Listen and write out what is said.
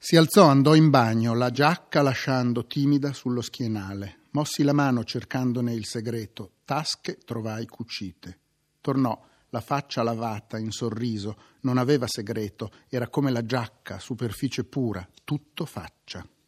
Si alzò, andò in bagno, la giacca lasciando timida sullo schienale. Mossi la mano cercandone il segreto. Tasche trovai cucite. Tornò, la faccia lavata, in sorriso. Non aveva segreto, era come la giacca, superficie pura, tutto faccia.